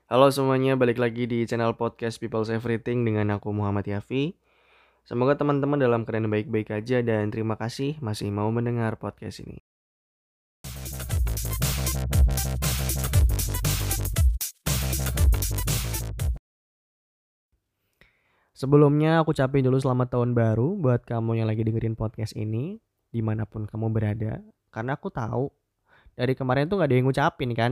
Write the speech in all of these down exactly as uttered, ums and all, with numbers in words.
Halo semuanya, balik lagi di channel podcast People's Everything dengan aku Muhammad Yafi. Semoga teman-teman dalam keadaan baik-baik aja dan terima kasih masih mau mendengar podcast ini. Sebelumnya aku ucapin dulu selamat tahun baru buat kamu yang lagi dengerin podcast ini, dimanapun kamu berada. Karena aku tahu dari kemarin tuh gak ada yang ngucapin kan.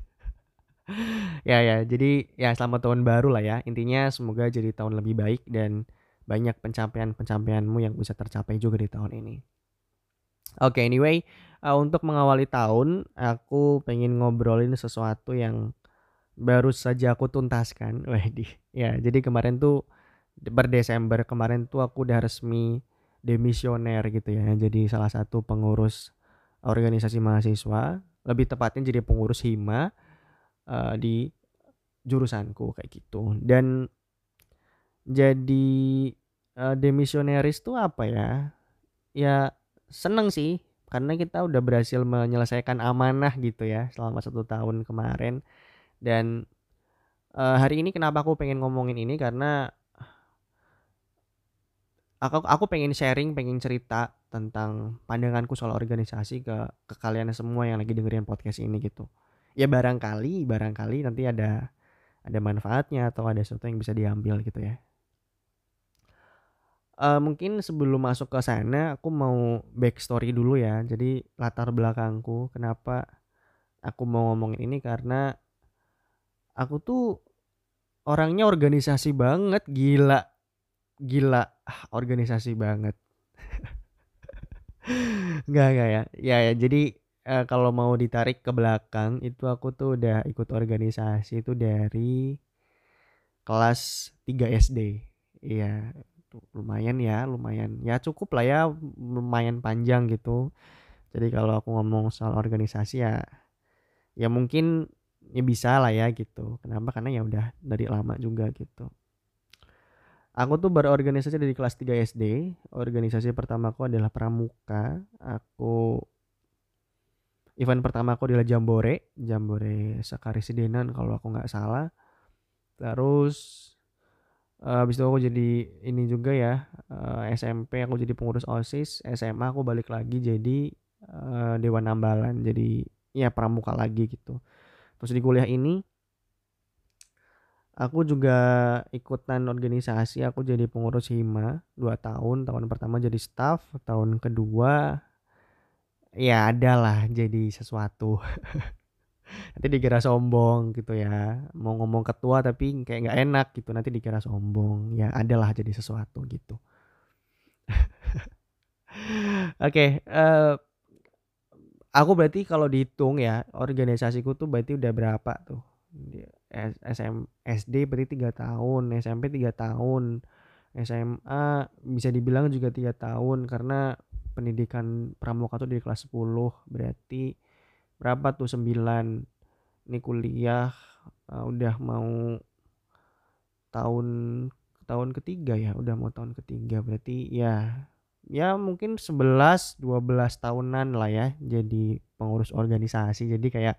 ya ya, jadi ya selamat tahun baru lah ya. Intinya semoga jadi tahun lebih baik dan banyak pencapaian-pencapaianmu yang bisa tercapai juga di tahun ini. Oke, okay, anyway, uh, untuk mengawali tahun, aku pengen ngobrolin sesuatu yang baru saja aku tuntaskan. Waduh, ya jadi kemarin tuh per Desember kemarin tuh aku udah resmi demisioner gitu ya. Jadi salah satu pengurus organisasi mahasiswa, lebih tepatnya jadi pengurus hima uh, di jurusanku kayak gitu. Dan jadi uh, demisioneris tuh apa ya? Ya seneng sih, karena kita udah berhasil menyelesaikan amanah gitu ya selama satu tahun kemarin. Dan uh, hari ini kenapa aku pengen ngomongin ini karena aku aku pengen sharing, pengen cerita tentang pandanganku soal organisasi ke ke kalian semua yang lagi dengerin podcast ini gitu. Ya barangkali barangkali nanti ada ada manfaatnya atau ada sesuatu yang bisa diambil gitu ya. Uh, mungkin sebelum masuk ke sana aku mau backstory dulu ya. Jadi latar belakangku kenapa aku mau ngomongin ini karena aku tuh orangnya organisasi banget, gila. Gila, ah, organisasi banget. Enggak enggak ya. Ya ya, jadi eh, kalau mau ditarik ke belakang itu aku tuh udah ikut organisasi itu dari kelas tiga S D. Iya, tuh lumayan ya, lumayan. Ya cukup lah ya, lumayan panjang gitu. Jadi kalau aku ngomong soal organisasi ya ya mungkin ya bisa lah ya gitu. Kenapa? Karena ya udah dari lama juga gitu. Aku tuh berorganisasi dari kelas tiga S D. Organisasi pertamaku adalah pramuka. Aku event pertamaku adalah jambore, jambore sekarisidenan kalau aku nggak salah. Terus eh, habis itu aku jadi ini juga ya, eh, S M P aku jadi pengurus OSIS, S M A aku balik lagi jadi eh, Dewan Ambalan, jadi ya pramuka lagi gitu. Terus di kuliah ini aku juga ikutan organisasi, aku jadi pengurus hima dua tahun. Tahun pertama jadi staff, tahun kedua ya adalah jadi sesuatu. Nanti dikira sombong gitu ya. Mau ngomong ketua tapi kayak nggak enak gitu, nanti dikira sombong. Ya adalah jadi sesuatu gitu. Oke, eh aku berarti kalau dihitung ya, organisasiku tuh berarti udah berapa tuh? Di S- SM, S D berarti tiga tahun, S M P tiga tahun, S M A bisa dibilang juga tiga tahun karena pendidikan pramuka tuh di kelas sepuluh, berarti berapa tuh sembilan. Ini kuliah uh, udah mau tahun tahun ketiga ya, udah mau tahun ketiga berarti ya ya mungkin sebelas dua belas tahunan lah ya jadi pengurus organisasi. Jadi kayak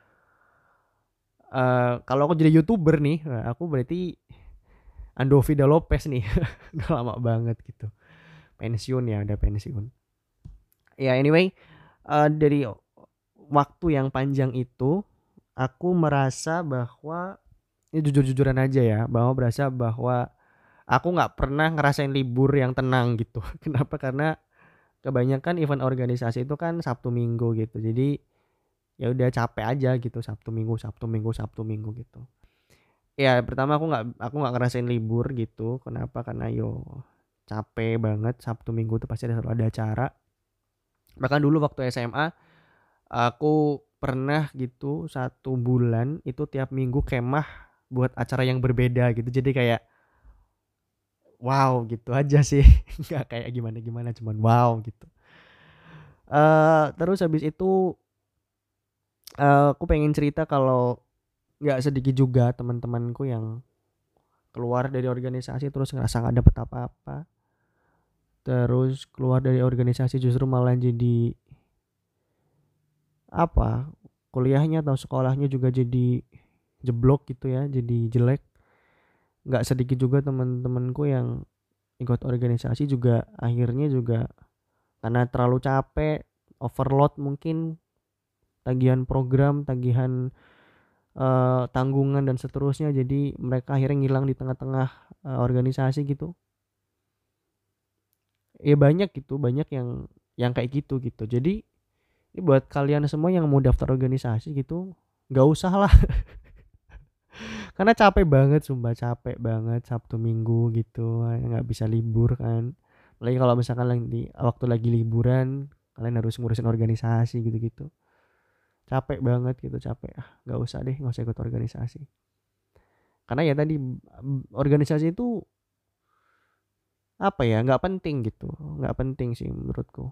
uh, kalau aku jadi YouTuber nih, aku berarti Andovida Lopez nih. Udah lama banget gitu. Pensiun ya, udah pensiun. Ya anyway, uh, dari waktu yang panjang itu aku merasa bahwa ini jujur-jujuran aja ya, bahwa berasa bahwa aku nggak pernah ngerasain libur yang tenang gitu. Kenapa? Karena kebanyakan event organisasi itu kan Sabtu Minggu gitu. Jadi ya udah capek aja gitu, Sabtu Minggu, Sabtu Minggu, Sabtu Minggu gitu. Ya pertama aku nggak aku nggak ngerasain libur gitu. Kenapa? Karena yo capek banget, Sabtu Minggu tuh pasti ada selalu ada acara. Bahkan dulu waktu S M A aku pernah gitu satu bulan itu tiap minggu kemah buat acara yang berbeda gitu. Jadi kayak wow gitu aja sih. Nggak kayak gimana-gimana, cuman wow gitu. Eh terus habis itu eh, aku pengen cerita kalau nggak sedikit juga teman-temanku yang keluar dari organisasi terus ngerasa nggak dapet apa-apa. Terus keluar dari organisasi justru malah jadi apa? Kuliahnya atau sekolahnya juga jadi jeblok gitu ya, jadi jelek. Nggak sedikit juga teman-temanku yang ikut organisasi juga akhirnya juga karena terlalu capek, overload mungkin, tagihan program, tagihan eh, tanggungan dan seterusnya, jadi mereka akhirnya ngilang di tengah-tengah eh, organisasi gitu. Ya banyak gitu, banyak yang yang kayak gitu gitu. Jadi ini buat kalian semua yang mau daftar organisasi gitu, nggak usah lah. Karena capek banget, sumpah capek banget Sabtu Minggu gitu, nggak bisa libur kan. Lagi kalau misalkan lagi waktu lagi liburan, kalian harus ngurusin organisasi gitu-gitu. Capek banget gitu, capek. Ah, nggak usah deh, nggak usah ikut organisasi. Karena ya tadi organisasi itu apa ya, nggak penting gitu, nggak penting sih menurutku.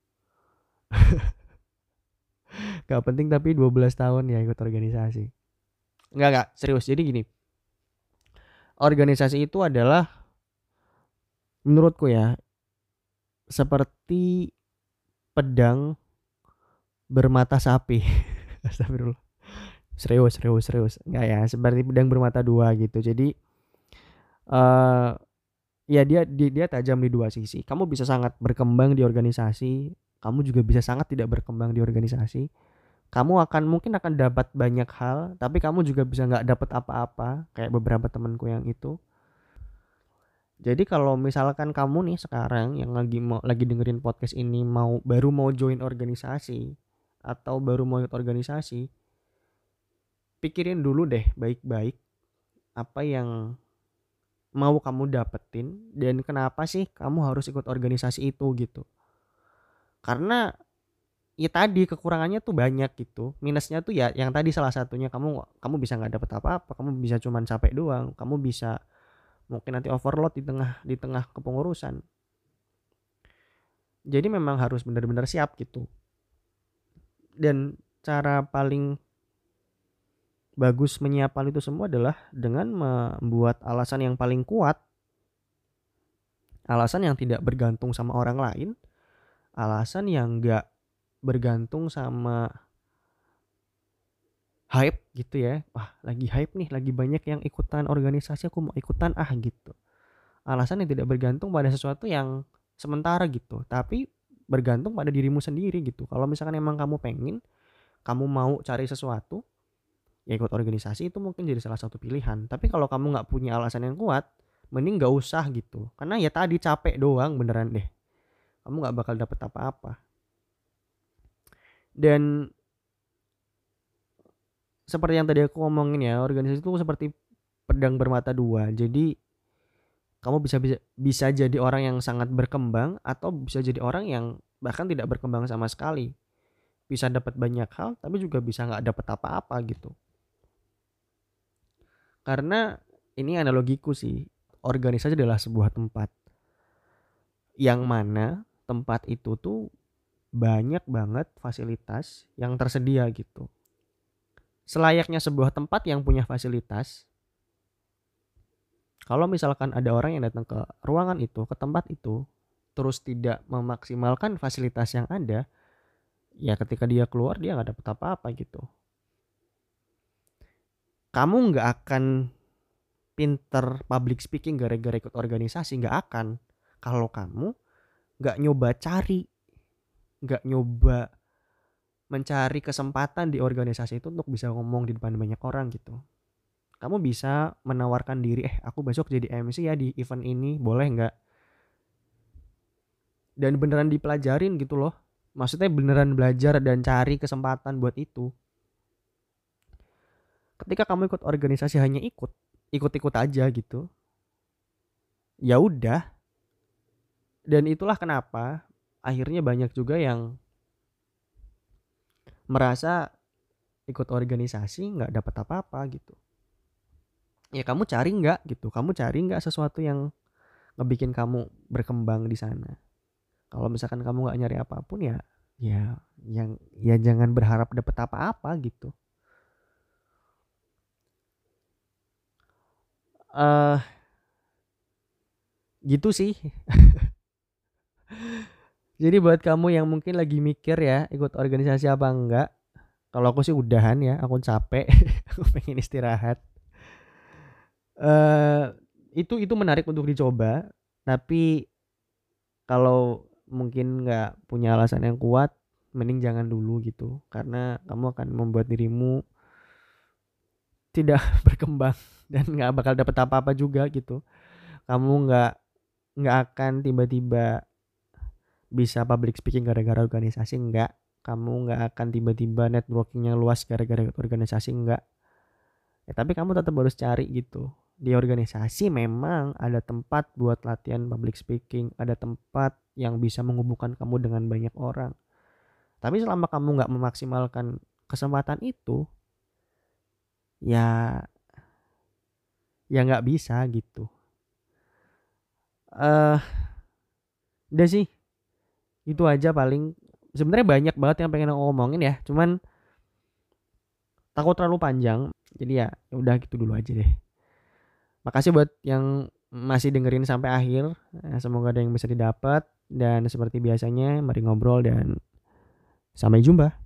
Nggak penting tapi dua belas tahun ya ikut organisasi. Nggak nggak serius. Jadi gini, organisasi itu adalah menurutku ya seperti pedang bermata sapi. Astagfirullah. Serius, serius, serius. Enggak ya, seperti pedang bermata dua gitu. Jadi eh ya dia, dia dia tajam di dua sisi. Kamu bisa sangat berkembang di organisasi, kamu juga bisa sangat tidak berkembang di organisasi. Kamu akan mungkin akan dapat banyak hal, tapi kamu juga bisa nggak dapat apa-apa, kayak beberapa temanku yang itu. Jadi kalau misalkan kamu nih sekarang yang lagi mau lagi dengerin podcast ini mau baru mau join organisasi atau baru mau ikut organisasi, pikirin dulu deh baik-baik apa yang mau kamu dapetin dan kenapa sih kamu harus ikut organisasi itu gitu. Karena ya tadi kekurangannya tuh banyak gitu. Minusnya tuh ya yang tadi salah satunya kamu kamu bisa nggak dapet apa-apa, kamu bisa cuman capek doang, kamu bisa mungkin nanti overload di tengah di tengah kepengurusan. Jadi memang harus benar-benar siap gitu. Dan cara paling bagus menyiapkan itu semua adalah dengan membuat alasan yang paling kuat, alasan yang tidak bergantung sama orang lain, alasan yang enggak bergantung sama hype gitu ya. Wah, lagi hype nih, lagi banyak yang ikutan organisasi, aku mau ikutan ah gitu. Alasan yang tidak bergantung pada sesuatu yang sementara gitu, tapi bergantung pada dirimu sendiri gitu. Kalau misalkan emang kamu pengen, kamu mau cari sesuatu, ya ikut organisasi itu mungkin jadi salah satu pilihan. Tapi kalau kamu nggak punya alasan yang kuat, mending nggak usah gitu. Karena ya tadi capek doang beneran deh. Kamu nggak bakal dapet apa-apa. Dan seperti yang tadi aku ngomongin ya, organisasi itu seperti pedang bermata dua. Jadi kamu bisa bisa bisa jadi orang yang sangat berkembang atau bisa jadi orang yang bahkan tidak berkembang sama sekali. Bisa dapat banyak hal tapi juga bisa nggak dapat apa-apa gitu. Karena ini analogiku sih, organisasi adalah sebuah tempat yang mana tempat itu tuh banyak banget fasilitas yang tersedia gitu. Selayaknya sebuah tempat yang punya fasilitas, kalau misalkan ada orang yang datang ke ruangan itu, ke tempat itu, terus tidak memaksimalkan fasilitas yang ada, ya ketika dia keluar dia nggak dapet apa-apa gitu. Kamu nggak akan pinter public speaking gara-gara ikut organisasi, nggak akan. Kalau kamu nggak nyoba cari, nggak nyoba mencari kesempatan di organisasi itu untuk bisa ngomong di depan banyak orang gitu. Kamu bisa menawarkan diri, eh aku besok jadi M C ya di event ini, boleh nggak? Dan beneran dipelajarin gitu loh. Maksudnya beneran belajar dan cari kesempatan buat itu. Ketika kamu ikut organisasi hanya ikut, ikut-ikut aja gitu. Ya udah. Dan itulah kenapa akhirnya banyak juga yang merasa ikut organisasi nggak dapat apa-apa gitu. Ya kamu cari nggak gitu. Kamu cari nggak sesuatu yang ngebikin kamu berkembang di sana. Kalau misalkan kamu nggak nyari apapun ya, ya yang ya jangan berharap dapet apa-apa gitu. Eh uh, gitu sih. Jadi buat kamu yang mungkin lagi mikir ya ikut organisasi apa enggak, Kalau aku sih udahan ya, aku capek, aku pengen istirahat. Eee, itu itu menarik untuk dicoba, tapi kalau mungkin nggak punya alasan yang kuat, mending jangan dulu gitu. Karena kamu akan membuat dirimu tidak berkembang dan nggak bakal dapet apa-apa juga gitu. Kamu nggak nggak akan tiba-tiba bisa public speaking gara-gara organisasi, enggak. Kamu nggak akan tiba-tiba networking-nya luas gara-gara organisasi, enggak. Ya tapi kamu tetap harus cari gitu. Di organisasi memang ada tempat buat latihan public speaking, ada tempat yang bisa menghubungkan kamu dengan banyak orang. Tapi selama kamu nggak memaksimalkan kesempatan itu, ya ya nggak bisa gitu. Eh, udah sih, itu aja paling. Sebenarnya banyak banget yang pengen aku ngomongin ya, cuman takut terlalu panjang. Jadi ya ya udah gitu dulu aja deh. Makasih buat yang masih dengerin sampai akhir. Eh, Semoga ada yang bisa didapat. Dan seperti biasanya, mari ngobrol dan sampai jumpa.